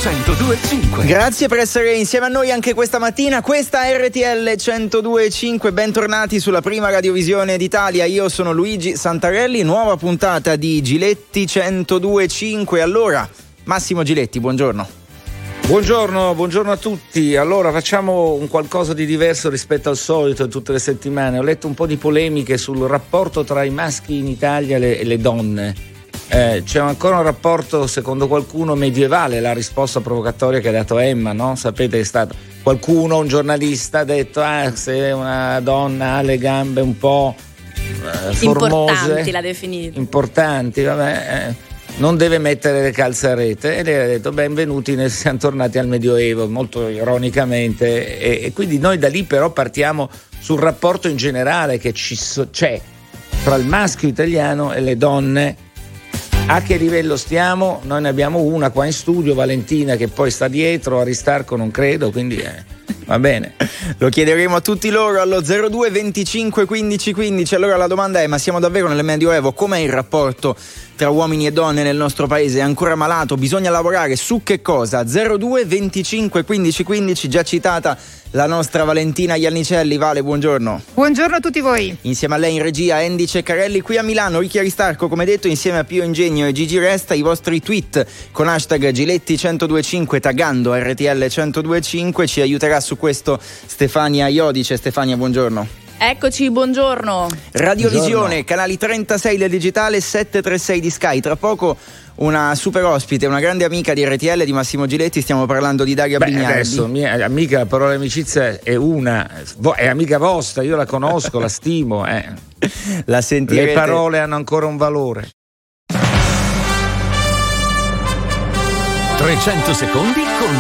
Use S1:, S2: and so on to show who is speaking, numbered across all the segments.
S1: 102.5.
S2: Grazie per essere insieme a noi anche questa mattina. Questa è RTL 102.5. Bentornati sulla prima radiovisione d'Italia. Io sono Luigi Santarelli. Nuova puntata di Giletti 102.5. Allora, Massimo Giletti, buongiorno.
S3: Buongiorno a tutti. Allora facciamo un qualcosa di diverso rispetto al solito tutte le settimane. Ho letto un po' di polemiche sul rapporto tra i maschi in Italia e le donne. C'è ancora un rapporto, secondo qualcuno, medievale. La risposta provocatoria che ha dato Emma, no? Sapete che è stato qualcuno, un giornalista, ha detto se una donna ha le gambe un po' formose,
S4: importanti, l'ha definito.
S3: Importanti, vabbè. Non deve mettere le calze a rete, e lei ha detto benvenuti, siamo tornati al Medioevo, molto ironicamente, e quindi noi da lì però partiamo sul rapporto in generale che c'è tra il maschio italiano e le donne. A che livello stiamo? Noi ne abbiamo una qua in studio, Valentina, che poi sta dietro, Aristarco non credo, quindi va bene.
S2: Lo chiederemo a tutti loro allo 02 25 15 15. Allora la domanda è: ma siamo davvero nel Medioevo? Com'è il rapporto tra uomini e donne nel nostro paese? È ancora malato? Bisogna lavorare su che cosa? 02 25 15 15. Già citata la nostra Valentina Iannicelli. Vale, buongiorno.
S5: Buongiorno a tutti voi.
S2: Insieme a lei in regia Andy Ceccarelli, qui a Milano Ricky Aristarco, come detto, insieme a Pio Ingegno e Gigi Resta. I vostri tweet con hashtag Giletti 1025 taggando RTL 1025. Ci aiuterà su questo Stefania Iodice. Stefania, buongiorno.
S4: Eccoci, buongiorno.
S2: Radiovisione,
S3: Buongiorno.
S2: canali 36 del digitale, 736 di Sky. Tra poco una super ospite, una grande amica di RTL, di Massimo Giletti. Stiamo parlando di Daria Bignardi.
S3: Adesso mia amica, la parola amicizia è una, è amica vostra, io la conosco, la stimo.
S2: La sentirete.
S3: Le parole hanno ancora un valore.
S1: 300 secondi con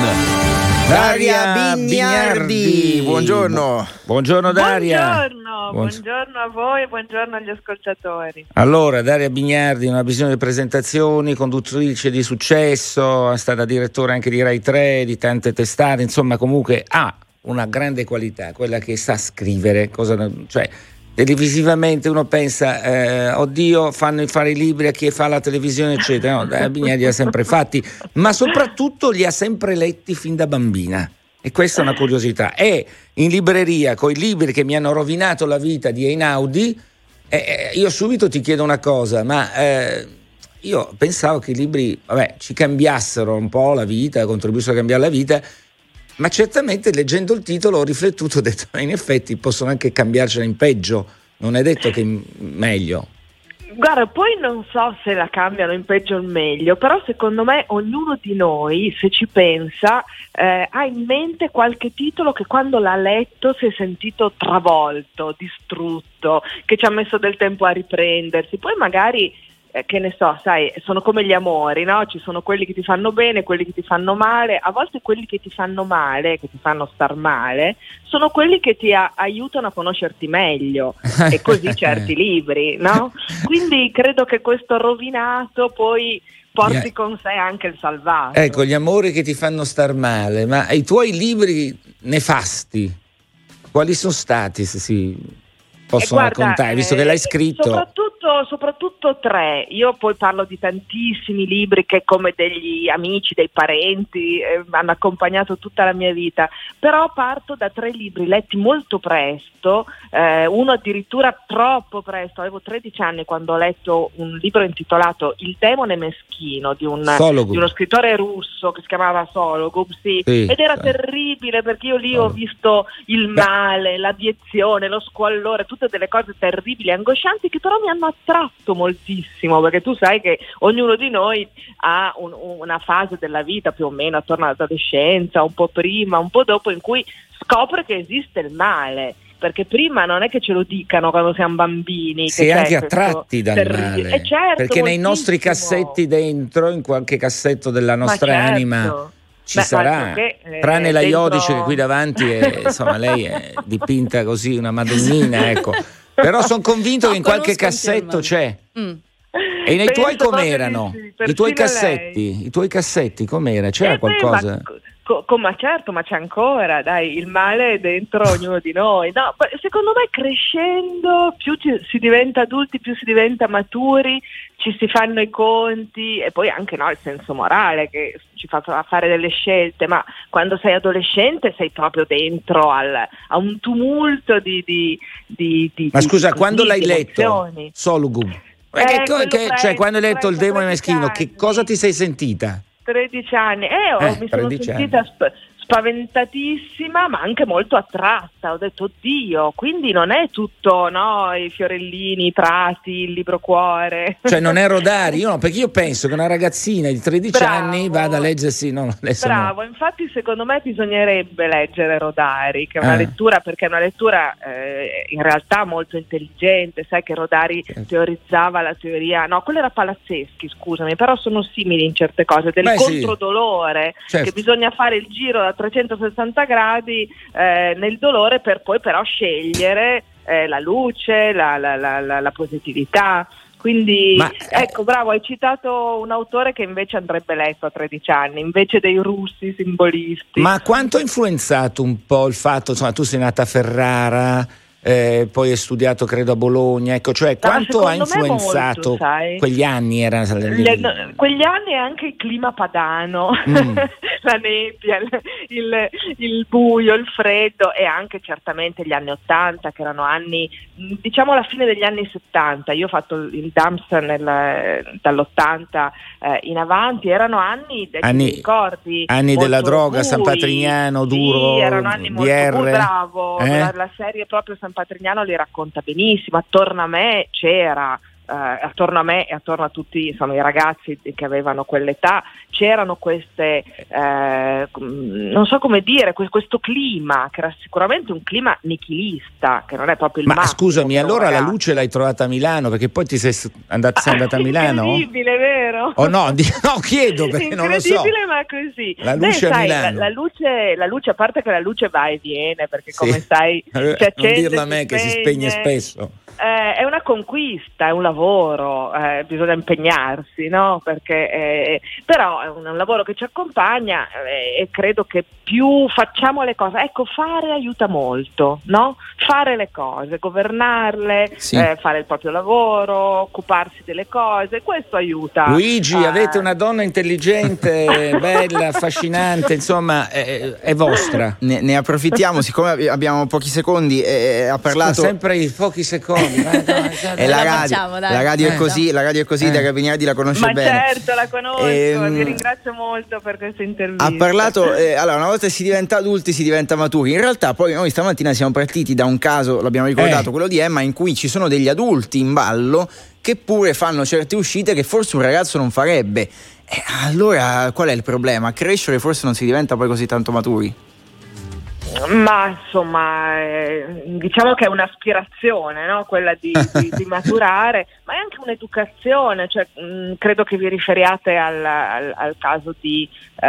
S2: Daria Bignardi. Buongiorno.
S3: Buongiorno Daria.
S6: Buongiorno a voi e buongiorno agli ascoltatori.
S3: Allora, Daria Bignardi, una visione di presentazioni, conduttrice di successo, è stata direttore anche di Rai 3, di tante testate, insomma comunque ha una grande qualità, quella che sa scrivere, cioè televisivamente uno pensa oddio, fanno fare i libri a chi fa la televisione eccetera. No, Daria Bignardi li ha sempre fatti, ma soprattutto li ha sempre letti fin da bambina. E questa è una curiosità. E in libreria con i libri che mi hanno rovinato la vita di Einaudi, io subito ti chiedo una cosa, ma io pensavo che i libri ci cambiassero un po' la vita, contribuissero a cambiare la vita, ma certamente leggendo il titolo ho riflettuto, ho detto in effetti possono anche cambiarcela in peggio, non è detto che meglio.
S6: Guarda, poi non so se la cambiano in peggio o in meglio, però secondo me ognuno di noi, se ci pensa, ha in mente qualche titolo che quando l'ha letto si è sentito travolto, distrutto, che ci ha messo del tempo a riprendersi. Poi magari, che ne so, sai, sono come gli amori, no? Ci sono quelli che ti fanno bene, quelli che ti fanno male. A volte quelli che ti fanno male, che ti fanno star male, sono quelli che ti aiutano a conoscerti meglio, e così certi libri, no? Quindi credo che questo rovinato poi porti con sé anche il salvato.
S3: Ecco, gli amori che ti fanno star male, ma i tuoi libri nefasti, quali sono stati, se si possono raccontare, visto che l'hai scritto?
S6: Soprattutto tre. Io poi parlo di tantissimi libri che, come degli amici, dei parenti, hanno accompagnato tutta la mia vita, però parto da tre libri letti molto presto, uno addirittura troppo presto. Avevo 13 anni quando ho letto un libro intitolato Il demone meschino di uno scrittore russo che si chiamava Sologub, sì. Ed era terribile, perché io lì ho visto il male, l'abiezione, lo squallore, tutte delle cose terribili, angoscianti, che però mi hanno attratto moltissimo, perché tu sai che ognuno di noi ha una fase della vita più o meno attorno all'adolescenza, un po' prima, un po' dopo, in cui scopre che esiste il male, perché prima non è che ce lo dicano quando siamo bambini.
S3: Si è anche attratti dal male,
S6: certo,
S3: perché nei nostri cassetti dentro, in qualche cassetto della nostra anima ci sarà, tranne la Iodice che qui davanti insomma lei è dipinta così, una madonnina, ecco. Però sono convinto che in qualche cassetto c'è. E nei tuoi com'erano? I tuoi cassetti com'era? C'era qualcosa?
S6: Ma certo, ma c'è ancora, dai, il male è dentro ognuno di noi. No, secondo me crescendo più si diventa adulti, più si diventa maturi, ci si fanno i conti e poi anche il senso morale che ci fa fare delle scelte, ma quando sei adolescente sei proprio dentro a un tumulto di
S3: Ma scusa, quando
S6: di
S3: l'hai
S6: emozioni.
S3: letto Solugum? Quando hai letto Il demone meschino, che cosa ti sei sentita?
S6: 13 anni, mi sono sentita spaventatissima, ma anche molto attratta. Ho detto, oddio, quindi non è tutto, no, i fiorellini, i prati, il libro cuore. Cioè
S3: non è Rodari, perché io penso che una ragazzina di 13 anni vada a leggersi,
S6: Bravo, infatti secondo me bisognerebbe leggere Rodari, che è una lettura, perché è una lettura in realtà molto intelligente. Sai che Rodari teorizzava la teoria, no, quello era Palazzeschi, scusami, però sono simili in certe cose, del controdolore,
S3: certo,
S6: che bisogna fare il giro da 360 gradi nel dolore per poi però scegliere la luce, la positività. Quindi ecco, bravo, hai citato un autore che invece andrebbe letto a 13 anni, invece dei russi simbolisti.
S3: Ma quanto ha influenzato un po' il fatto, insomma, tu sei nata a Ferrara, poi hai studiato credo a Bologna, ecco, cioè quanto ha influenzato molto, quegli anni?
S6: Quegli anni e anche il clima padano, la nebbia, il buio, il freddo, e anche certamente gli anni 80, che erano anni, diciamo la fine degli anni 70. Io ho fatto il DAMS dall'80 in avanti, erano anni ricordi,
S3: anni della droga,
S6: bui,
S3: San Patrignano, Duro,
S6: sì, erano anni molto bui, bravo, la serie proprio San Patrignano li racconta benissimo. Attorno a me c'era, attorno a me e attorno a tutti, insomma, i ragazzi che avevano quell'età, c'erano queste non so come dire, questo clima che era sicuramente un clima nichilista, che non è proprio il massimo.
S3: Ma scusami, allora la luce l'hai trovata a Milano, perché poi sei andata a Milano?
S6: Incredibile, vero?
S3: Oh no, chiedo perché non lo so.
S6: Incredibile, ma così.
S3: La luce a Milano.
S6: La luce, a parte che la luce va e viene, perché come sai si accende,
S3: non dirla a me che si spegne spesso.
S6: È una conquista, è un lavoro, bisogna impegnarsi, no? Perché però è un lavoro che ci accompagna, e credo che più facciamo le cose, ecco, fare aiuta molto, no? Fare le cose, governarle, fare il proprio lavoro, occuparsi delle cose, questo aiuta.
S3: Luigi, avete una donna intelligente, bella, affascinante, insomma, è vostra.
S2: Ne approfittiamo, siccome abbiamo pochi secondi, ha parlato
S3: sempre i pochi secondi.
S2: È la radio è così, da Gabiniardi la conosce bene.
S6: Ma certo, la conosco, vi ringrazio molto per questa intervista.
S2: Ha parlato, allora, una volta si diventa adulti si diventa maturi. In realtà poi noi stamattina siamo partiti da un caso, l'abbiamo ricordato, quello di Emma, in cui ci sono degli adulti in ballo che pure fanno certe uscite che forse un ragazzo non farebbe. Allora qual è il problema? A crescere forse non si diventa poi così tanto maturi?
S6: Ma insomma, diciamo che è un'aspirazione, no? Quella di maturare, ma è anche un'educazione, cioè, credo che vi riferiate al caso dei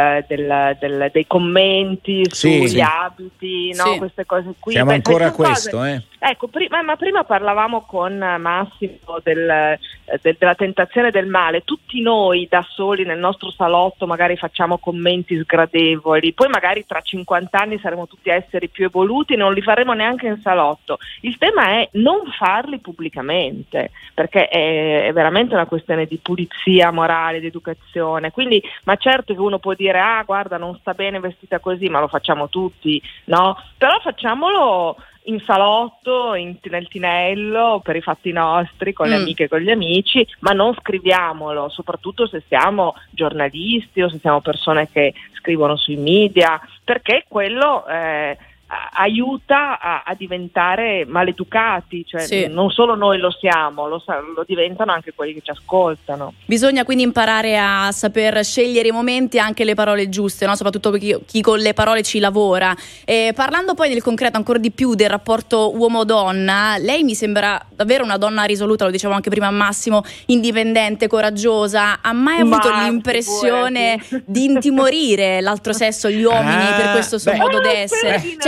S6: commenti sugli abiti, no?
S3: Sì.
S6: Queste cose qui.
S3: Siamo ancora a questo,
S6: Ecco, prima parlavamo con Massimo della tentazione del male. Tutti noi da soli nel nostro salotto magari facciamo commenti sgradevoli, poi magari tra 50 anni saremo tutti esseri più evoluti e non li faremo neanche in salotto. Il tema è non farli pubblicamente, perché è veramente una questione di pulizia morale, di educazione. Quindi, ma certo che uno può dire, guarda, non sta bene vestita così, ma lo facciamo tutti, no? Però facciamolo in salotto, nel tinello, per i fatti nostri, con le amiche e con gli amici, ma non scriviamolo, soprattutto se siamo giornalisti o se siamo persone che scrivono sui media, perché quello aiuta a diventare maleducati, cioè non solo noi lo siamo, lo diventano anche quelli che ci ascoltano.
S4: Bisogna quindi imparare a saper scegliere i momenti e anche le parole giuste, no? Soprattutto per chi con le parole ci lavora. Parlando poi nel concreto ancora di più del rapporto uomo-donna, lei mi sembra davvero una donna risoluta, lo dicevo anche prima a Massimo, indipendente, coraggiosa. Ha mai avuto l'impressione di intimorire l'altro sesso, gli uomini, per questo suo modo d'essere? Cioè,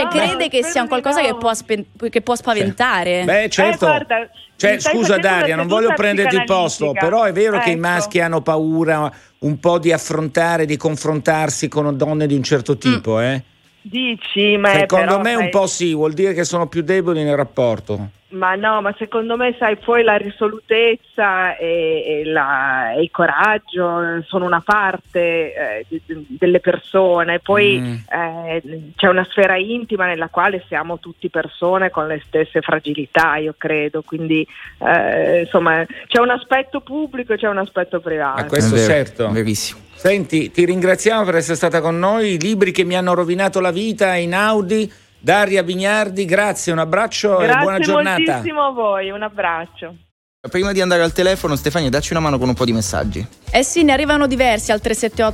S4: crede che sia un qualcosa che può spaventare.
S3: Beh, certo.
S6: Guarda,
S3: Scusa Daria, non voglio prenderti il posto, però è vero che i maschi hanno paura un po' di affrontare, di confrontarsi con donne di un certo tipo,
S6: Dici, ma
S3: secondo me un po' sì, vuol dire che sono più deboli nel rapporto.
S6: Ma no, ma secondo me, sai, poi la risolutezza e il coraggio sono una parte delle persone, poi c'è una sfera intima nella quale siamo tutti persone con le stesse fragilità, io credo, quindi insomma c'è un aspetto pubblico e c'è un aspetto privato.
S3: Questo è certo.
S2: Verissimo.
S3: Senti, ti ringraziamo per essere stata con noi. I libri che mi hanno rovinato la vita, Einaudi, Daria Vignardi, grazie, un abbraccio e buona giornata.
S6: Grazie moltissimo a voi, un abbraccio.
S2: Prima di andare al telefono, Stefania, dacci una mano con un po' di messaggi.
S4: Sì, ne arrivano diversi al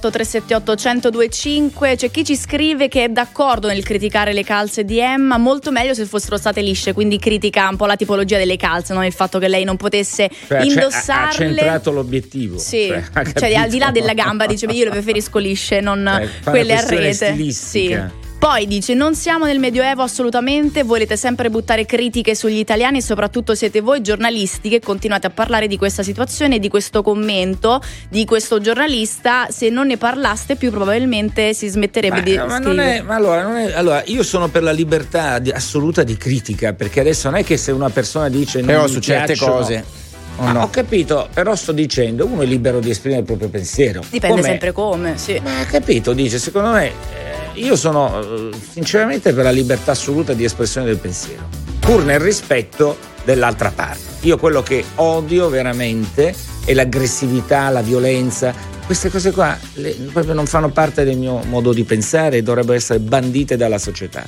S4: 378-378-1025. C'è chi ci scrive che è d'accordo nel criticare le calze di Emma, molto meglio se fossero state lisce, quindi critica un po' la tipologia delle calze, non il fatto che lei non potesse indossarle.
S3: Ha centrato l'obiettivo.
S4: Sì, cioè al di là della gamba dice io le preferisco lisce, non quelle a rete.
S3: Stilistica.
S4: Sì. Poi dice non siamo nel Medioevo assolutamente, volete sempre buttare critiche sugli italiani e soprattutto siete voi giornalisti che continuate a parlare di questa situazione, di questo commento di questo giornalista. Se non ne parlaste più probabilmente si smetterebbe di scrivere.
S3: Allora io sono per la libertà assoluta di critica, perché adesso non è che se una persona dice
S2: però
S3: non
S2: su
S3: mi
S2: certe
S3: piacciono,
S2: cose no.
S3: Ho capito, però sto dicendo uno è libero di esprimere il proprio pensiero.
S4: Dipende sempre come, sì.
S3: Ma ha capito, dice, secondo me io sono sinceramente per la libertà assoluta di espressione del pensiero, pur nel rispetto dell'altra parte. Io quello che odio veramente è l'aggressività, la violenza. Queste cose qua proprio non fanno parte del mio modo di pensare e dovrebbero essere bandite dalla società.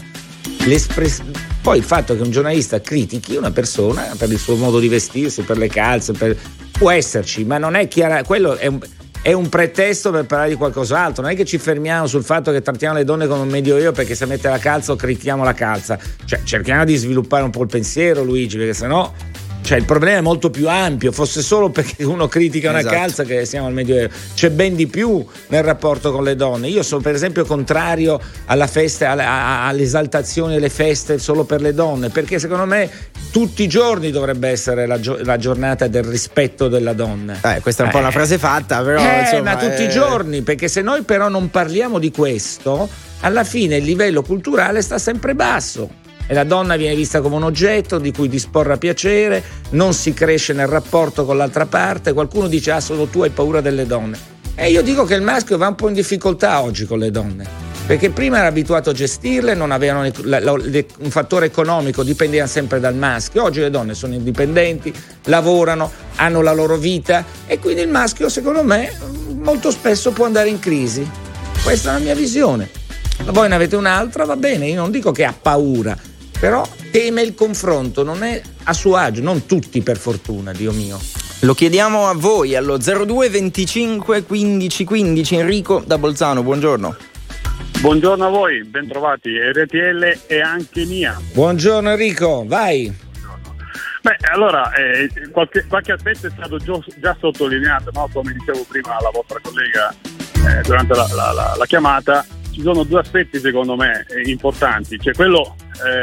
S3: Poi il fatto che un giornalista critichi una persona per il suo modo di vestirsi, per le calze, può esserci, ma non è chiaro, quello è un pretesto per parlare di qualcos'altro. Non è che ci fermiamo sul fatto che trattiamo le donne come un medioevo perché se mette la calza o critichiamo la calza. Cioè cerchiamo di sviluppare un po' il pensiero, Luigi, perché sennò il problema è molto più ampio. Fosse solo perché uno critica una calza che siamo al medioevo. C'è ben di più nel rapporto con le donne. Io sono per esempio contrario alla festa, all'esaltazione delle feste solo per le donne, perché secondo me tutti i giorni dovrebbe essere la giornata del rispetto della donna.
S2: Questa è un po' una frase fatta, però insomma,
S3: ma tutti i giorni, perché se noi però non parliamo di questo, alla fine il livello culturale sta sempre basso e la donna viene vista come un oggetto di cui disporre a piacere, non si cresce nel rapporto con l'altra parte. Qualcuno dice solo tu hai paura delle donne, e io dico che il maschio va un po' in difficoltà oggi con le donne, perché prima era abituato a gestirle, non avevano un fattore economico, dipendevano sempre dal maschio. Oggi le donne sono indipendenti, lavorano, hanno la loro vita, e quindi il maschio secondo me molto spesso può andare in crisi. Questa è la mia visione. Voi ne avete un'altra, va bene, io non dico che ha paura, però teme il confronto, non è a suo agio, non tutti per fortuna, Dio mio.
S2: Lo chiediamo a voi allo 02 25 15 15. Enrico da Bolzano, buongiorno.
S1: Buongiorno a voi, bentrovati, RTL e anche mia.
S3: Buongiorno Enrico, vai.
S1: Beh, allora, qualche aspetto è stato già sottolineato, no? Come dicevo prima alla vostra collega durante la chiamata. Ci sono due aspetti secondo me importanti, cioè quello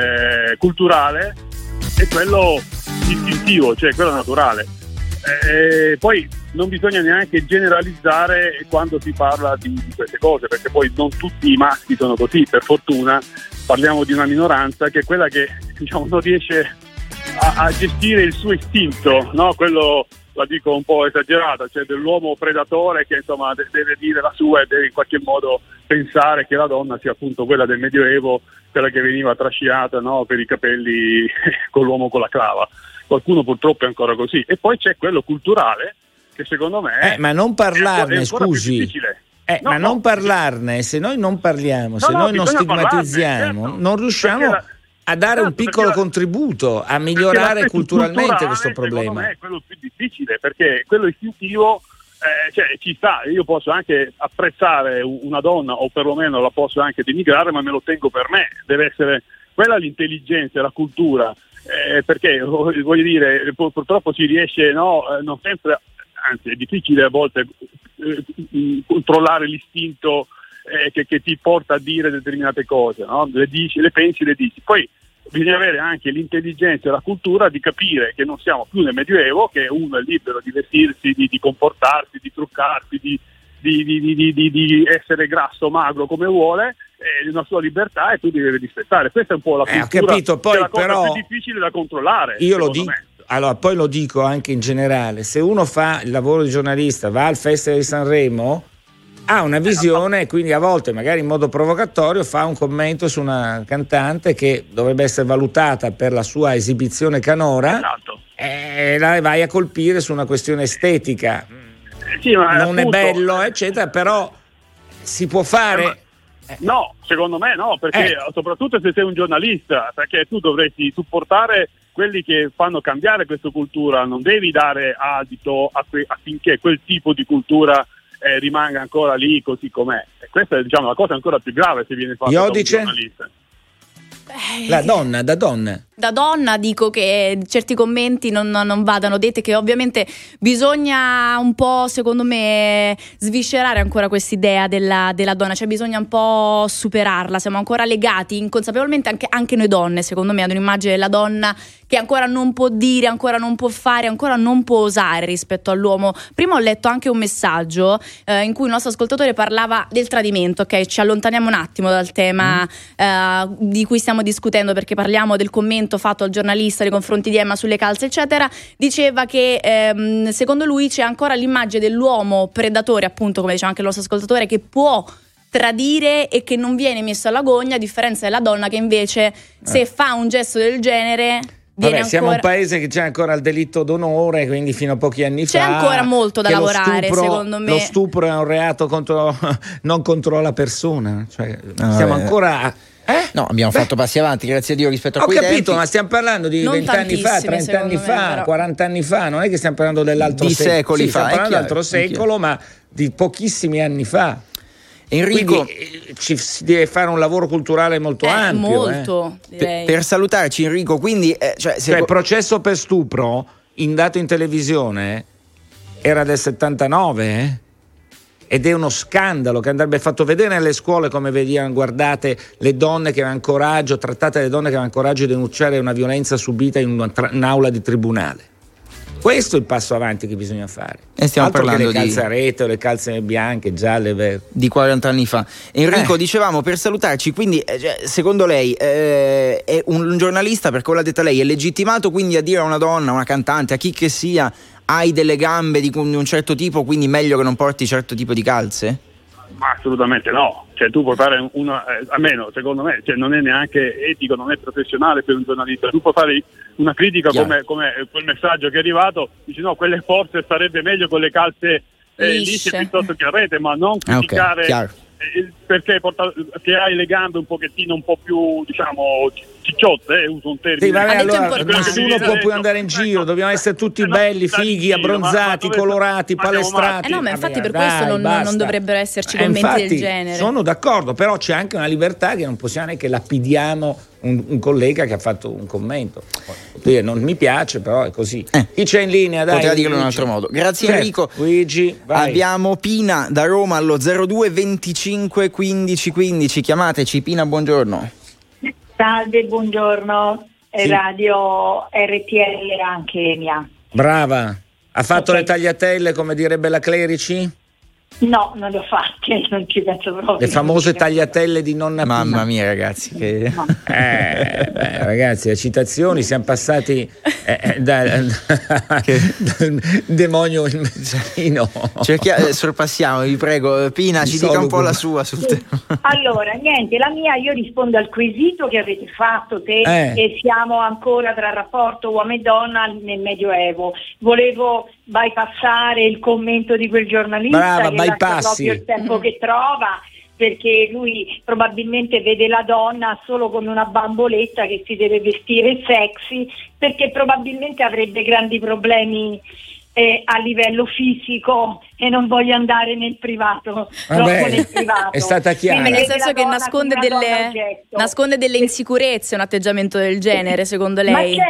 S1: culturale e quello istintivo, cioè quello naturale. Poi non bisogna neanche generalizzare quando si parla di queste cose, perché poi non tutti i maschi sono così, per fortuna parliamo di una minoranza che è quella che non riesce a gestire il suo istinto, no? Quello, la dico un po' esagerata, cioè dell'uomo predatore che insomma deve dire la sua e deve in qualche modo pensare che la donna sia appunto quella del Medioevo, quella che veniva trascinata, no, per i capelli con l'uomo con la clava. Qualcuno purtroppo è ancora così. E poi c'è quello culturale che secondo me
S3: ma non parlarne, scusi. Non parlarne, se noi non parliamo, se noi non stigmatizziamo, certo, non riusciamo a dare un piccolo contributo a migliorare culturalmente questo problema.
S1: Secondo me è quello più difficile, perché quello istintivo ci sta. Io posso anche apprezzare una donna, o perlomeno la posso anche denigrare, ma me lo tengo per me. Deve essere quella l'intelligenza e la cultura, perché voglio dire, purtroppo si riesce non sempre, anzi è difficile a volte controllare l'istinto che ti porta a dire determinate cose, no? Le pensi. Poi bisogna avere anche l'intelligenza e la cultura di capire che non siamo più nel Medioevo, che uno è libero di vestirsi, di comportarsi, di truccarsi, di essere grasso o magro come vuole, è una sua libertà e tu devi rispettare. Questa è un po' la cultura,
S3: ho capito, poi,
S1: che è la cosa
S3: però,
S1: più difficile da controllare.
S3: Io lo dico. Allora, poi lo dico anche in generale, se uno fa il lavoro di giornalista, va al Festival di Sanremo, ha una visione, quindi a volte magari in modo provocatorio fa un commento su una cantante che dovrebbe essere valutata per la sua esibizione canora,
S1: esatto.
S3: E la vai a colpire su una questione estetica.
S1: Sì, ma
S3: non
S1: appunto,
S3: è bello, eccetera, però si può fare.
S1: No, secondo me no, perché soprattutto se sei un giornalista, perché tu dovresti supportare quelli che fanno cambiare questa cultura, non devi dare adito affinché quel tipo di cultura rimanga ancora lì così com'è. E questa è, diciamo, la cosa ancora più grave se viene fatta da un giornalista.
S4: Da donna dico che certi commenti non vadano detti, che ovviamente bisogna un po', secondo me, sviscerare ancora quest'idea della donna, cioè bisogna un po' superarla. Siamo ancora legati inconsapevolmente anche noi donne, secondo me, ad un'immagine della donna che ancora non può dire, ancora non può fare, ancora non può osare rispetto all'uomo. Prima ho letto anche un messaggio in cui il nostro ascoltatore parlava del tradimento. Ok, ci allontaniamo un attimo dal tema di cui stiamo discutendo, perché parliamo del commento fatto al giornalista nei confronti di Emma sulle calze eccetera. Diceva che secondo lui c'è ancora l'immagine dell'uomo predatore, appunto, come diceva anche il nostro ascoltatore, che può tradire e che non viene messo alla gogna, a differenza della donna che invece se fa un gesto del genere
S3: siamo un paese che c'è ancora il delitto d'onore, quindi fino a pochi anni fa
S4: c'è ancora molto da lavorare, secondo me.
S3: Lo stupro è un reato non contro la persona, cioè siamo ancora
S2: no, abbiamo fatto passi avanti, grazie a Dio, rispetto a quei tempi.
S3: Ho capito, ma stiamo parlando di 20 anni fa, 30 anni fa, 40 anni fa, non è che stiamo parlando dell'altro secolo, stiamo parlando dell'altro secolo, ma di pochissimi anni fa.
S2: Enrico,
S3: quindi si deve fare un lavoro culturale molto ampio.
S4: Molto, direi.
S2: Per salutarci, Enrico, quindi cioè il
S3: processo per stupro dato in televisione era del 79, ed è uno scandalo che andrebbe fatto vedere nelle scuole, come vedevano, guardate le donne che avevano coraggio, trattate le donne che avevano coraggio di denunciare una violenza subita in un'aula di tribunale. Questo è il passo avanti che bisogna fare.
S2: E stiamo parlando
S3: le calze a rete o le calze bianche, gialle, verde.
S2: Di 40 anni fa. Enrico, dicevamo, per salutarci, quindi secondo lei è un giornalista, perché l'ha detta lei, è legittimato quindi a dire a una donna, una cantante, a chi che sia, hai delle gambe di un certo tipo, quindi meglio che non porti certo tipo di calze?
S1: Ma assolutamente no, cioè tu puoi fare almeno secondo me, cioè non è neanche etico, non è professionale per un giornalista. Tu puoi fare una critica come quel messaggio che è arrivato, dici no, quelle forse sarebbe meglio con le calze lisce piuttosto che a rete, ma non criticare perché che hai le gambe un pochettino un po' più, diciamo, cicciotte, uso un termine.
S3: Sì, vabbè, allora nessuno può più andare in giro, dobbiamo essere tutti belli, fighi, abbronzati, colorati, palestrati.
S4: No, ma infatti per questo non dovrebbero esserci commenti del genere.
S3: Sono d'accordo, però c'è anche una libertà che non possiamo neanche lapidiamo un collega che ha fatto un commento. Non mi piace, però è così. Chi c'è in linea? Dai,
S2: poteva dirlo in un altro modo. Grazie, Enrico.
S3: Luigi, vai.
S2: Abbiamo Pina da Roma allo 02 25 15 15. Chiamateci. Pina, buongiorno.
S5: Salve, buongiorno. Sì. Radio RTL anche mia.
S3: Brava. Ha fatto le tagliatelle, come direbbe la Clerici?
S5: No, non le ho fatte, non ci penso proprio.
S3: Le famose tagliatelle di nonna Pina.
S2: Mamma mia, ragazzi, che...
S3: ragazzi, le citazioni, siamo passati dal demonio il mezzanino.
S2: Sorpassiamo, vi prego. Pina, ci dica un po' la sua sul tema.
S5: Allora, niente, la mia, io rispondo al quesito che avete fatto te, e siamo ancora tra rapporto uomo e donna nel Medioevo. Volevo bypassare il commento di quel giornalista.
S3: Brava,
S5: che lascia proprio il tempo che trova, perché lui probabilmente vede la donna solo come una bamboletta che si deve vestire sexy, perché probabilmente avrebbe grandi problemi a livello fisico, e non voglio andare nel privato.
S3: Vabbè,
S5: nel privato.
S3: È stata chiara.
S4: Nel senso che nasconde delle insicurezze un atteggiamento del genere, secondo lei?
S5: Ma certo,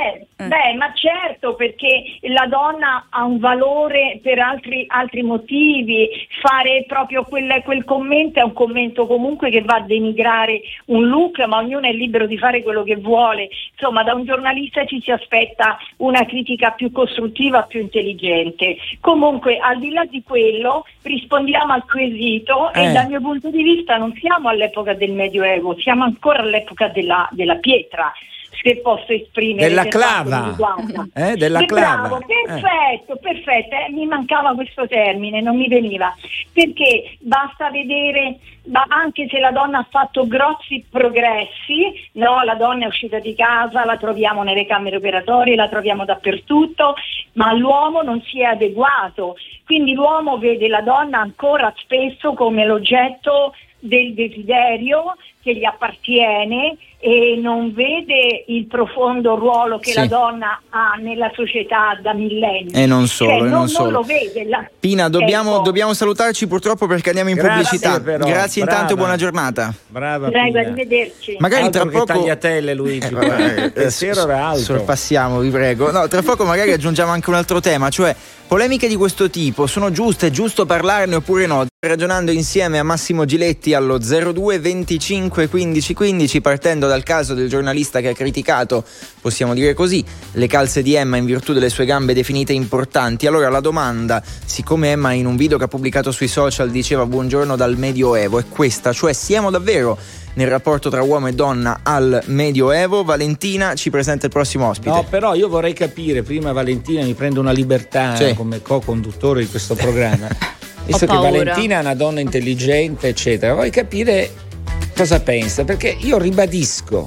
S5: Beh, ma certo, perché la donna ha un valore per altri motivi. Fare proprio quel commento è un commento comunque che va a denigrare un look, ma ognuno è libero di fare quello che vuole. Insomma, da un giornalista ci si aspetta una critica più costruttiva, più intelligente. Comunque, al di là di quello, rispondiamo al quesito e dal mio punto di vista non siamo all'epoca del Medioevo, siamo ancora all'epoca della pietra, se posso esprimere
S3: della clava, della clava.
S5: Perfetto, mi mancava questo termine, non mi veniva, perché basta vedere, anche se la donna ha fatto grossi progressi, no, la donna è uscita di casa, la troviamo nelle camere operatorie, la troviamo dappertutto, ma l'uomo non si è adeguato, quindi l'uomo vede la donna ancora spesso come l'oggetto del desiderio che gli appartiene e non vede il profondo ruolo che la donna ha nella società da millenni.
S2: E non solo,
S5: non lo vede.
S2: Pina, dobbiamo salutarci purtroppo perché andiamo in pubblicità.
S3: Però,
S2: grazie
S3: brava.
S2: Intanto, buona giornata.
S3: Brava.
S5: Prego, arrivederci.
S2: Magari
S3: altro
S2: tra poco
S3: tagliatelle, Luigi. Il pensiero era alto.
S2: Sorpassiamo, vi prego. No, tra poco magari aggiungiamo anche un altro tema, cioè polemiche di questo tipo sono giuste, è giusto parlarne oppure no? Ragionando insieme a Massimo Giletti allo 02 25 15 15, partendo dal caso del giornalista che ha criticato, possiamo dire così, le calze di Emma in virtù delle sue gambe definite importanti. Allora la domanda, siccome Emma in un video che ha pubblicato sui social diceva buongiorno dal Medioevo, è questa, cioè siamo davvero nel rapporto tra uomo e donna al Medioevo? Valentina ci presenta il prossimo ospite.
S3: No, però io vorrei capire, prima Valentina mi prendo una libertà come co-conduttore di questo programma, visto che Valentina è una donna intelligente eccetera, vorrei capire cosa pensa, perché io ribadisco,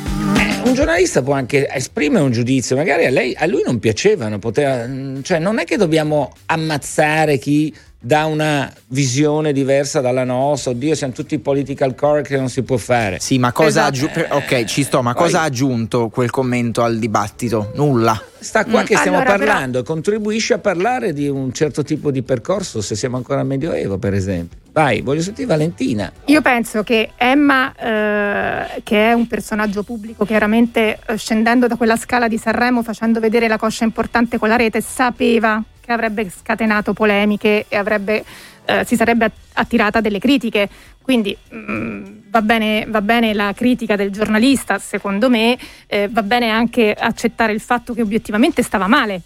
S3: un giornalista può anche esprimere un giudizio, magari a lui non piacevano, cioè non è che dobbiamo ammazzare chi dà una visione diversa dalla nostra. Oddio, siamo tutti political correct e non si può fare.
S2: Sì, ma cosa cosa ha aggiunto quel commento al dibattito? Nulla.
S3: Sta qua che stiamo parlando, contribuisce a parlare di un certo tipo di percorso, se siamo ancora al Medioevo, per esempio. Vai, voglio sentire Valentina.
S7: Io penso che Emma, che è un personaggio pubblico, chiaramente scendendo da quella scala di Sanremo, facendo vedere la coscia importante con la rete, sapeva che avrebbe scatenato polemiche e si sarebbe attirata delle critiche. Quindi va bene la critica del giornalista, secondo me, va bene anche accettare il fatto che obiettivamente stava male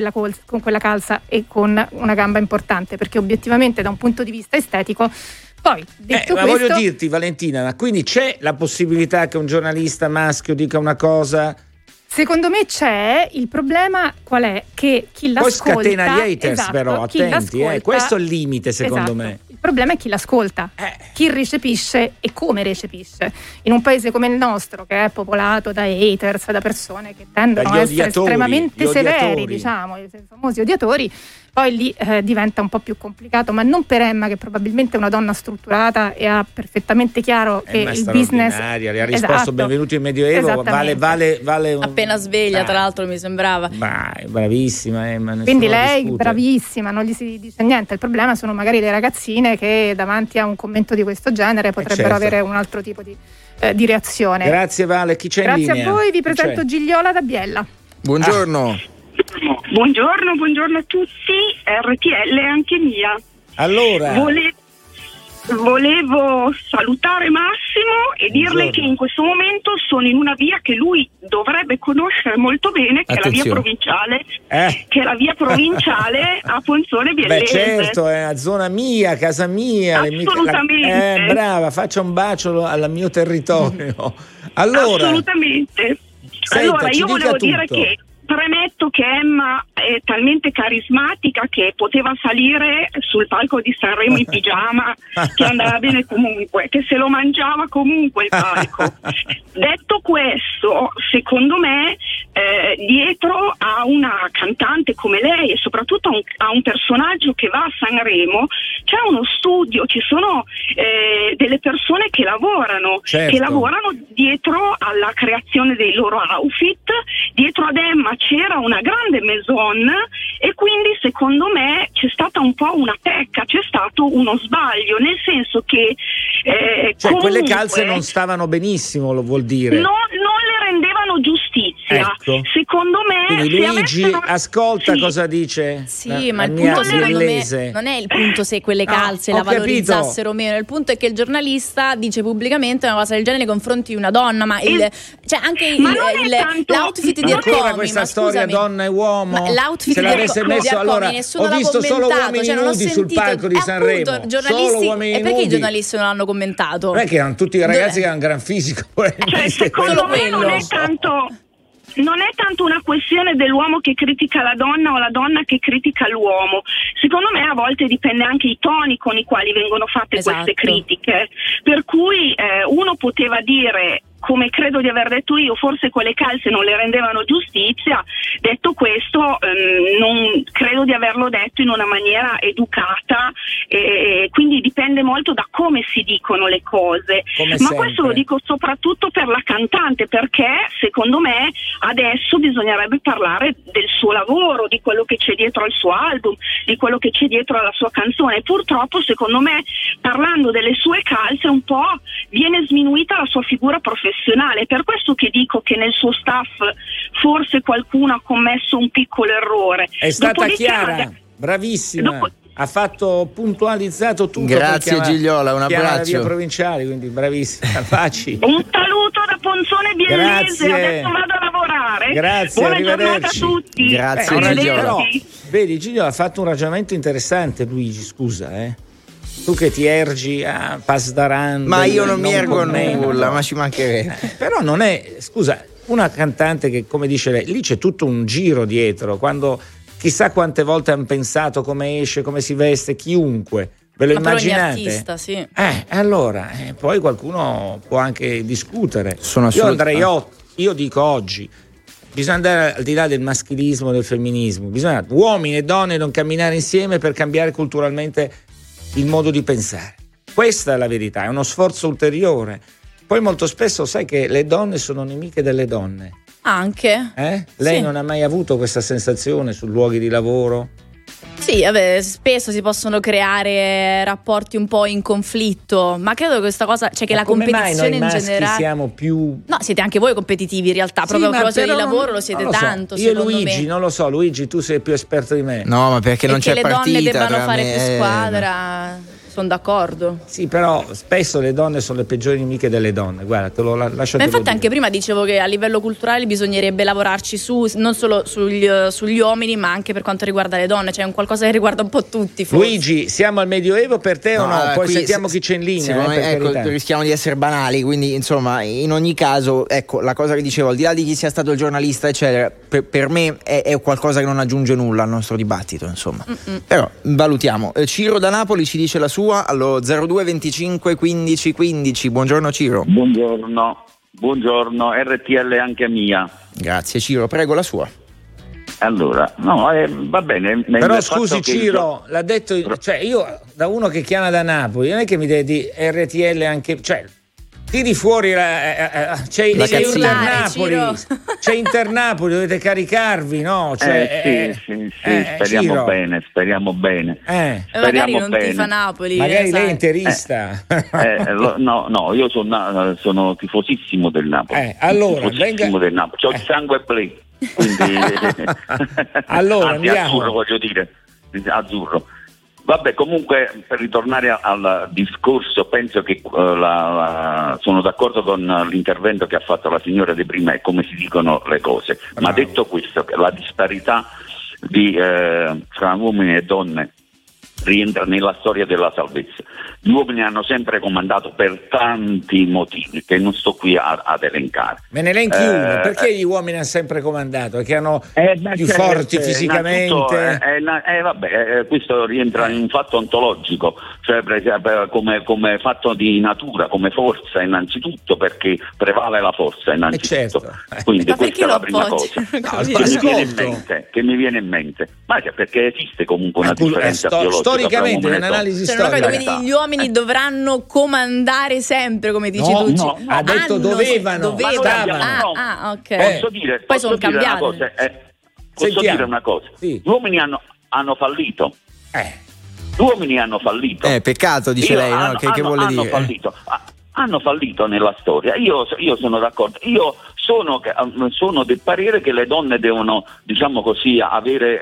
S7: con quella calza e con una gamba importante, perché obiettivamente da un punto di vista estetico. Poi detto
S3: ma
S7: questo,
S3: voglio dirti Valentina, quindi c'è la possibilità che un giornalista maschio dica una cosa?
S7: Secondo me c'è. Il problema qual è? Che chi l'ascolta
S3: poi scatena gli haters, però attenti, questo è il limite secondo me.
S7: Il problema è chi l'ascolta, chi recepisce e come recepisce. In un paese come il nostro, che è popolato da haters, da persone che tendono a essere estremamente severi, diciamo, i famosi odiatori, poi lì diventa un po' più complicato, ma non per Emma, che probabilmente è una donna strutturata e ha perfettamente chiaro che il business
S3: le ha risposto benvenuti in Medioevo, vale
S4: appena sveglia, tra l'altro mi sembrava.
S3: Bravissima Emma.
S7: Quindi lei bravissima, non gli si dice niente. Il problema sono magari le ragazzine che davanti a un commento di questo genere potrebbero avere un altro tipo di reazione.
S3: Grazie Vale, chi c'è in linea?
S7: Grazie a voi, vi presento Gigliola da Biella.
S2: Buongiorno.
S8: Buongiorno a tutti, RTL anche mia.
S3: Allora,
S8: volevo salutare Massimo e dirle che in questo momento sono in una via che lui dovrebbe conoscere molto bene, che è la via provinciale, che è la via provinciale a Ponzone Biellese.
S3: Beh certo, è la zona mia, casa mia.
S8: Assolutamente.
S3: Brava, faccia un bacio al mio territorio. Allora,
S8: assolutamente.
S3: Senta,
S8: allora, io volevo dire che premetto che Emma è talmente carismatica che poteva salire sul palco di Sanremo in pigiama, che andava bene comunque, che se lo mangiava comunque il palco. Detto questo, secondo me dietro a una cantante come lei e soprattutto a un personaggio che va a Sanremo c'è uno studio, ci sono delle persone che lavorano, che lavorano dietro alla creazione dei loro outfit. Dietro ad Emma c'era una grande maison e quindi secondo me c'è stata un po' una pecca, c'è stato uno sbaglio, nel senso che
S3: comunque, quelle calze non stavano benissimo, lo vuol dire.
S8: Non le rendevano giustizia.
S3: Ecco.
S8: Secondo me,
S3: quindi Luigi ascolta cosa dice.
S4: Sì, ma il punto secondo me non è il punto se quelle calze la valorizzassero o meno, il punto è che il giornalista dice pubblicamente una cosa del genere nei confronti di una donna, ma cioè anche l'outfit di Arcomi,
S3: questa storia donna e uomo,
S4: l'outfit
S3: se l'avesse messo, allora ho visto solo uomini nudi sul palco di Sanremo, solo uomini nudi.
S4: E perché i giornalisti non hanno commentato?
S3: Non è che erano tutti i ragazzi che hanno un gran fisico,
S8: secondo me non è tanto una questione dell'uomo che critica la donna o la donna che critica l'uomo. Secondo me a volte dipende anche i toni con i quali vengono fatte queste critiche, per cui uno poteva dire, come credo di aver detto io, forse quelle calze non le rendevano giustizia. Detto questo, non credo di averlo detto in una maniera educata, quindi dipende molto da come si dicono le cose. Ma questo lo dico soprattutto per la cantante, perché secondo me adesso bisognerebbe parlare del suo lavoro, di quello che c'è dietro al suo album, di quello che c'è dietro alla sua canzone. Purtroppo, secondo me, parlando delle sue calze un po' viene sminuita la sua figura professionale. Per questo che dico che nel suo staff forse qualcuno ha commesso un piccolo errore.
S3: È stata chiara, bravissima. Ha puntualizzato tutto.
S2: Grazie Gigliola, un abbraccio.
S3: Via Provinciali, quindi bravissima. Facci.
S8: Un saluto da Ponzone Biellese, adesso vado a lavorare.
S3: Grazie,
S8: buona giornata a tutti.
S2: Grazie Gigliola.
S3: Vedi, Gigliola ha fatto un ragionamento interessante, Luigi, scusa, tu che ti ergi a Pasdaran.
S2: Ma io non mi ergo a nulla, ma ci mancherebbe.
S3: Però non è, scusa, una cantante che, come dice lei, lì c'è tutto un giro dietro, quando chissà quante volte hanno pensato come esce, come si veste, chiunque. Ve lo immaginate?
S4: Artista, sì.
S3: Allora, poi qualcuno può anche discutere. Io dico oggi, bisogna andare al di là del maschilismo, del femminismo, bisogna uomini e donne non camminare insieme per cambiare culturalmente il modo di pensare. Questa è la verità, è uno sforzo ulteriore. Poi molto spesso sai che le donne sono nemiche delle donne.
S4: Anche?
S3: Lei non ha mai avuto questa sensazione su luoghi di lavoro?
S4: Sì, spesso si possono creare rapporti un po' in conflitto, ma credo che questa cosa, cioè che la competizione in generale
S3: siamo più.
S4: No, siete anche voi competitivi in realtà, proprio a proposito di lavoro lo siete tanto.
S3: Io Luigi, non lo so, Luigi, tu sei più esperto di me.
S2: No, ma perché non c'è partita.
S4: Che le donne debbano fare più squadra. Sono d'accordo.
S3: Sì, però spesso le donne sono le peggiori nemiche delle donne. Guarda, te lo lascio.
S4: Ma infatti anche prima dicevo che a livello culturale bisognerebbe lavorarci non solo sugli uomini, ma anche per quanto riguarda le donne, cioè un qualcosa che riguarda un po' tutti. Forse.
S3: Luigi, siamo al Medioevo per te o no? Poi sentiamo chi c'è in linea.
S2: Rischiamo di essere banali, quindi insomma, in ogni caso, ecco, la cosa che dicevo, al di là di chi sia stato il giornalista, eccetera, per me è qualcosa che non aggiunge nulla al nostro dibattito, insomma. Però valutiamo. Ciro da Napoli ci dice la sua allo 02 25 15 15. Buongiorno Ciro.
S9: Buongiorno, RTL anche mia.
S2: Grazie Ciro, prego la sua.
S9: Allora, va bene.
S3: Però scusi Ciro, l'ha detto, cioè io da uno che chiama da Napoli, non è che mi devi RTL anche, cioè tiri fuori c'è Internapoli, dovete caricarvi, no? Cioè,
S9: sì, speriamo bene.
S4: Magari non tifa Napoli.
S3: Magari lei è interista.
S9: No, io sono tifosissimo del Napoli.
S3: Allora,
S9: del Napoli. C'ho il sangue blu. Quindi
S3: allora
S9: azzurro, voglio dire, azzurro. Vabbè, comunque per ritornare al discorso, penso che sono d'accordo con l'intervento che ha fatto la signora di prima e come si dicono le cose. Bravo. Ma detto questo, la disparità fra uomini e donne rientra nella storia della salvezza. Gli uomini hanno sempre comandato per tanti motivi che non sto qui ad elencare.
S3: Me ne elenchi uno, perché gli uomini hanno sempre comandato? Perché erano più forti fisicamente?
S9: Questo rientra in un fatto ontologico, cioè come fatto di natura, come forza innanzitutto, perché prevale la forza innanzitutto.
S3: Certo.
S9: Quindi questa è la prima cosa che mi viene in mente. Ma perché esiste comunque una differenza biologica.
S3: Storicamente, un'analisi storica.
S4: Quindi gli uomini dovranno comandare sempre, come dici tu.
S3: No, ha detto dovevano.
S4: Ok. Poi sono cambiati.
S9: Posso dire una cosa? Sì. Gli uomini hanno fallito. Gli uomini hanno fallito.
S2: Peccato, dice lei, no? Che vuole dire?
S9: Hanno fallito nella storia. Io sono d'accordo. Io sono del parere che le donne devono, diciamo così, avere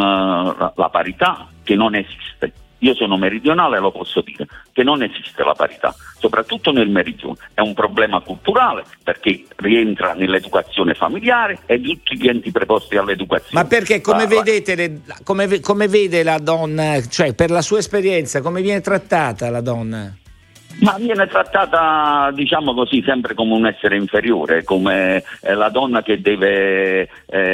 S9: la parità, che non esiste. Io sono meridionale, lo posso dire, che non esiste la parità, soprattutto nel meridione. È un problema culturale, perché rientra nell'educazione familiare e tutti gli enti preposti all'educazione.
S3: Ma perché, come vedete, come vede la donna, cioè per la sua esperienza, come viene trattata la donna?
S9: Ma viene trattata, diciamo così, sempre come un essere inferiore, come la donna che deve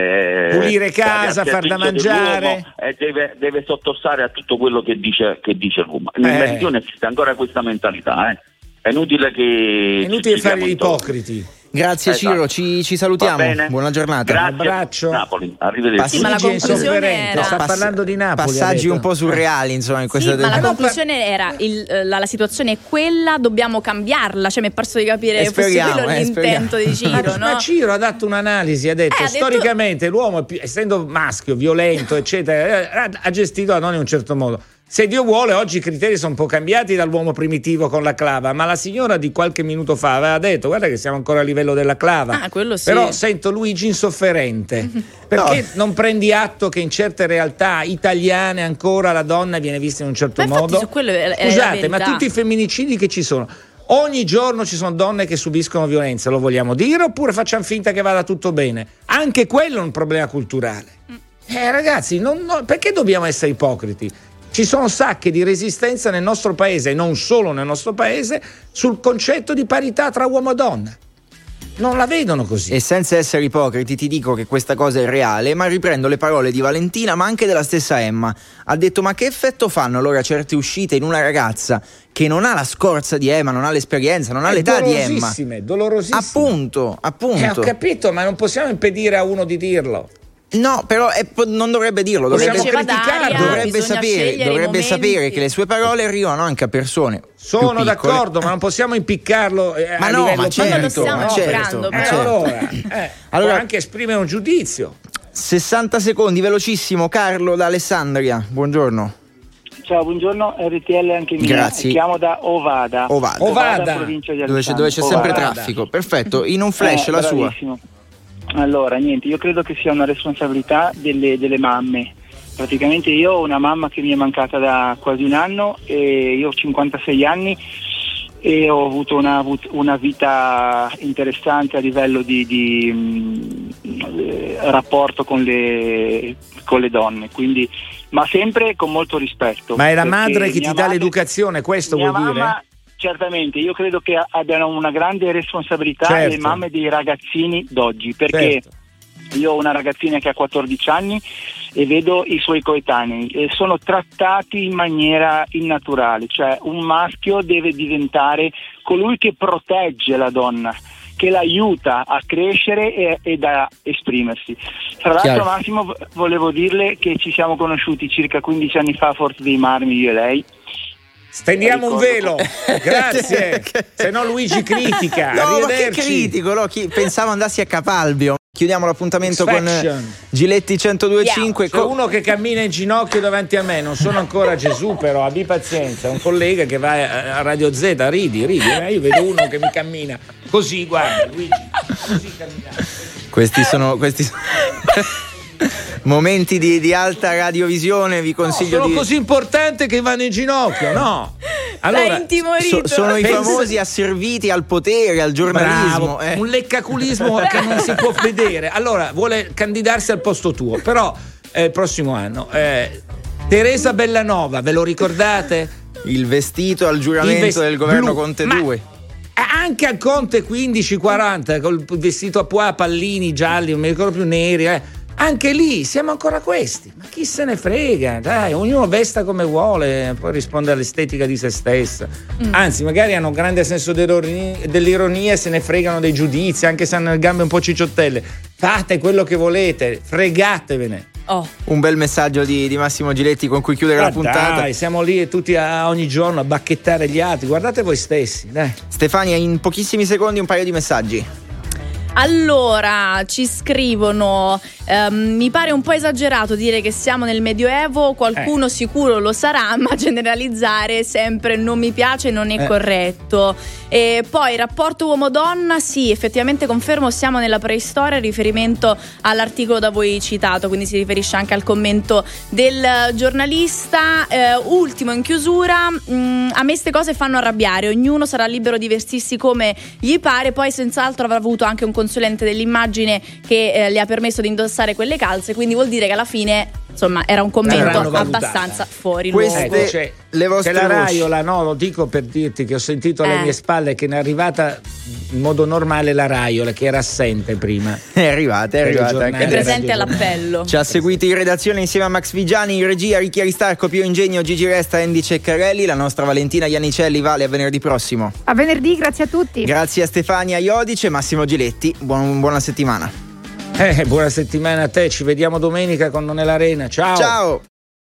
S3: pulire casa, far da mangiare,
S9: e deve sottostare a tutto quello che dice l'uomo. Nel meridione esiste ancora questa mentalità, È inutile
S3: fare gli ipocriti.
S2: Grazie, Ciro, ci salutiamo. Buona giornata.
S9: Grazie.
S3: Un abbraccio.
S9: Napoli, arrivederci.
S4: Ma la conclusione era...
S3: sta parlando di Napoli.
S2: Passaggi un po' surreali, insomma, in questa
S4: ma la conclusione era la situazione è quella, dobbiamo cambiarla. Cioè mi è parso di capire fosse quello l'intento di Ciro, no?
S3: Ma Ciro ha dato un'analisi, ha detto storicamente l'uomo, essendo maschio, violento, eccetera, ha gestito la donna in un certo modo. Se Dio vuole, oggi i criteri sono un po' cambiati dall'uomo primitivo con la clava, ma la signora di qualche minuto fa aveva detto: guarda che siamo ancora a livello della clava.
S4: Quello sì.
S3: Però sento Luigi insofferente. Perché non prendi atto che in certe realtà italiane ancora la donna viene vista in un certo modo? Scusate, ma tutti i femminicidi che ci sono, ogni giorno ci sono donne che subiscono violenza, lo vogliamo dire oppure facciamo finta che vada tutto bene? Anche quello è un problema culturale. Ragazzi, perché dobbiamo essere ipocriti? Ci sono sacche di resistenza nel nostro paese, e non solo nel nostro paese, sul concetto di parità tra uomo e donna. Non la vedono così.
S2: E senza essere ipocriti ti dico che questa cosa è reale, ma riprendo le parole di Valentina, ma anche della stessa Emma. Ha detto: ma che effetto fanno allora certe uscite in una ragazza che non ha la scorza di Emma, non ha l'esperienza, non ha l'età di Emma?
S3: Dolorosissime.
S2: Appunto.
S3: Ho capito, ma non possiamo impedire a uno di dirlo.
S2: No, però non dovrebbe dirlo, dovrebbe sapere che le sue parole arrivano anche a persone.
S3: Sono d'accordo, ma non possiamo impiccarlo
S2: ma
S3: a
S2: no,
S3: livello
S2: ma certo,
S3: allora anche esprimere un giudizio.
S2: 60 secondi, velocissimo. Carlo da Alessandria, buongiorno.
S10: Ciao, buongiorno, RTL anche mia.
S2: Grazie.
S10: Chiamo da Ovada.
S2: Provincia di Alessandria. Dove c'è sempre traffico. Perfetto, in un flash la
S10: bravissimo. Sua. Allora, niente, io credo che sia una responsabilità delle mamme. Praticamente io ho una mamma che mi è mancata da quasi un anno e io ho 56 anni e ho avuto una vita interessante a livello di rapporto con le donne, quindi, ma sempre con molto rispetto.
S3: Ma è la madre che ti dà l'educazione, questo vuol dire?
S10: Certamente, io credo che abbiano una grande responsabilità le mamme dei ragazzini d'oggi, perché io ho una ragazzina che ha 14 anni e vedo i suoi coetanei e sono trattati in maniera innaturale, cioè un maschio deve diventare colui che protegge la donna, che l'aiuta a crescere e da esprimersi. Tra l'altro, Massimo, volevo dirle che ci siamo conosciuti circa 15 anni fa a Forte dei Marmi, io e lei.
S3: Stendiamo un velo, grazie. Se no Luigi critica.
S2: No, ma che critico, no? Pensavo andassi a Capalbio. Chiudiamo l'appuntamento con Giletti 102.5.
S3: C'è uno che cammina in ginocchio davanti a me, non sono ancora Gesù, però abbi pazienza. Un collega che va a Radio Z, ridi. Io vedo uno che mi cammina così, guarda Luigi, così cammina.
S2: Questi sono momenti di alta radiovisione, vi consiglio
S3: sono così importante che vanno in ginocchio, no?
S4: Allora,
S2: sono i famosi asserviti al potere, al giornalismo.
S3: Un leccaculismo che non si può vedere. Allora, vuole candidarsi al posto tuo, però il prossimo anno Teresa Bellanova, ve lo ricordate?
S2: Il vestito al giuramento del governo Conte 2.
S3: Anche al Conte 15-40 col vestito a pois, pallini gialli, non mi ricordo più neri, Anche lì siamo ancora questi, ma chi se ne frega, dai, ognuno vesta come vuole, poi risponde all'estetica di se stessa. Anzi, magari hanno un grande senso dell'ironia e se ne fregano dei giudizi, anche se hanno le gambe un po' cicciottelle. Fate quello che volete, fregatevene.
S2: Un bel messaggio di Massimo Giletti con cui chiudere la puntata.
S3: Dai, siamo lì tutti ogni giorno a bacchettare gli altri, guardate voi stessi, dai.
S2: Stefania, in pochissimi secondi un paio di messaggi.
S4: Allora, ci scrivono, mi pare un po' esagerato dire che siamo nel Medioevo, qualcuno sicuro lo sarà, ma generalizzare sempre non mi piace, non è corretto. E poi rapporto uomo-donna, sì, effettivamente confermo, siamo nella preistoria, riferimento all'articolo da voi citato, quindi si riferisce anche al commento del giornalista. Ultimo, in chiusura, a me ste cose fanno arrabbiare, ognuno sarà libero di vestirsi come gli pare, poi senz'altro avrà avuto anche un consulente dell'immagine che le ha permesso di indossare quelle calze, quindi vuol dire che alla fine, insomma, era un commento abbastanza fuori luogo.
S3: C'è la Raiola, no, lo dico per dirti che ho sentito alle mie spalle che è arrivata in modo normale la Raiola, che era assente prima.
S2: È arrivata.
S4: È presente all'appello.
S2: Ci ha seguito in redazione insieme a Max Vigiani, in regia Ricchi Aristarco, Pio Ingegno, Gigi Resta, Andy Ceccarelli. La nostra Valentina Iannicelli. Vale, a venerdì prossimo.
S7: A venerdì, grazie a tutti.
S2: Grazie a Stefania Iodice, Massimo Giletti. Buona settimana.
S3: Buona settimana a te, ci vediamo domenica con Non è l'Arena. Ciao.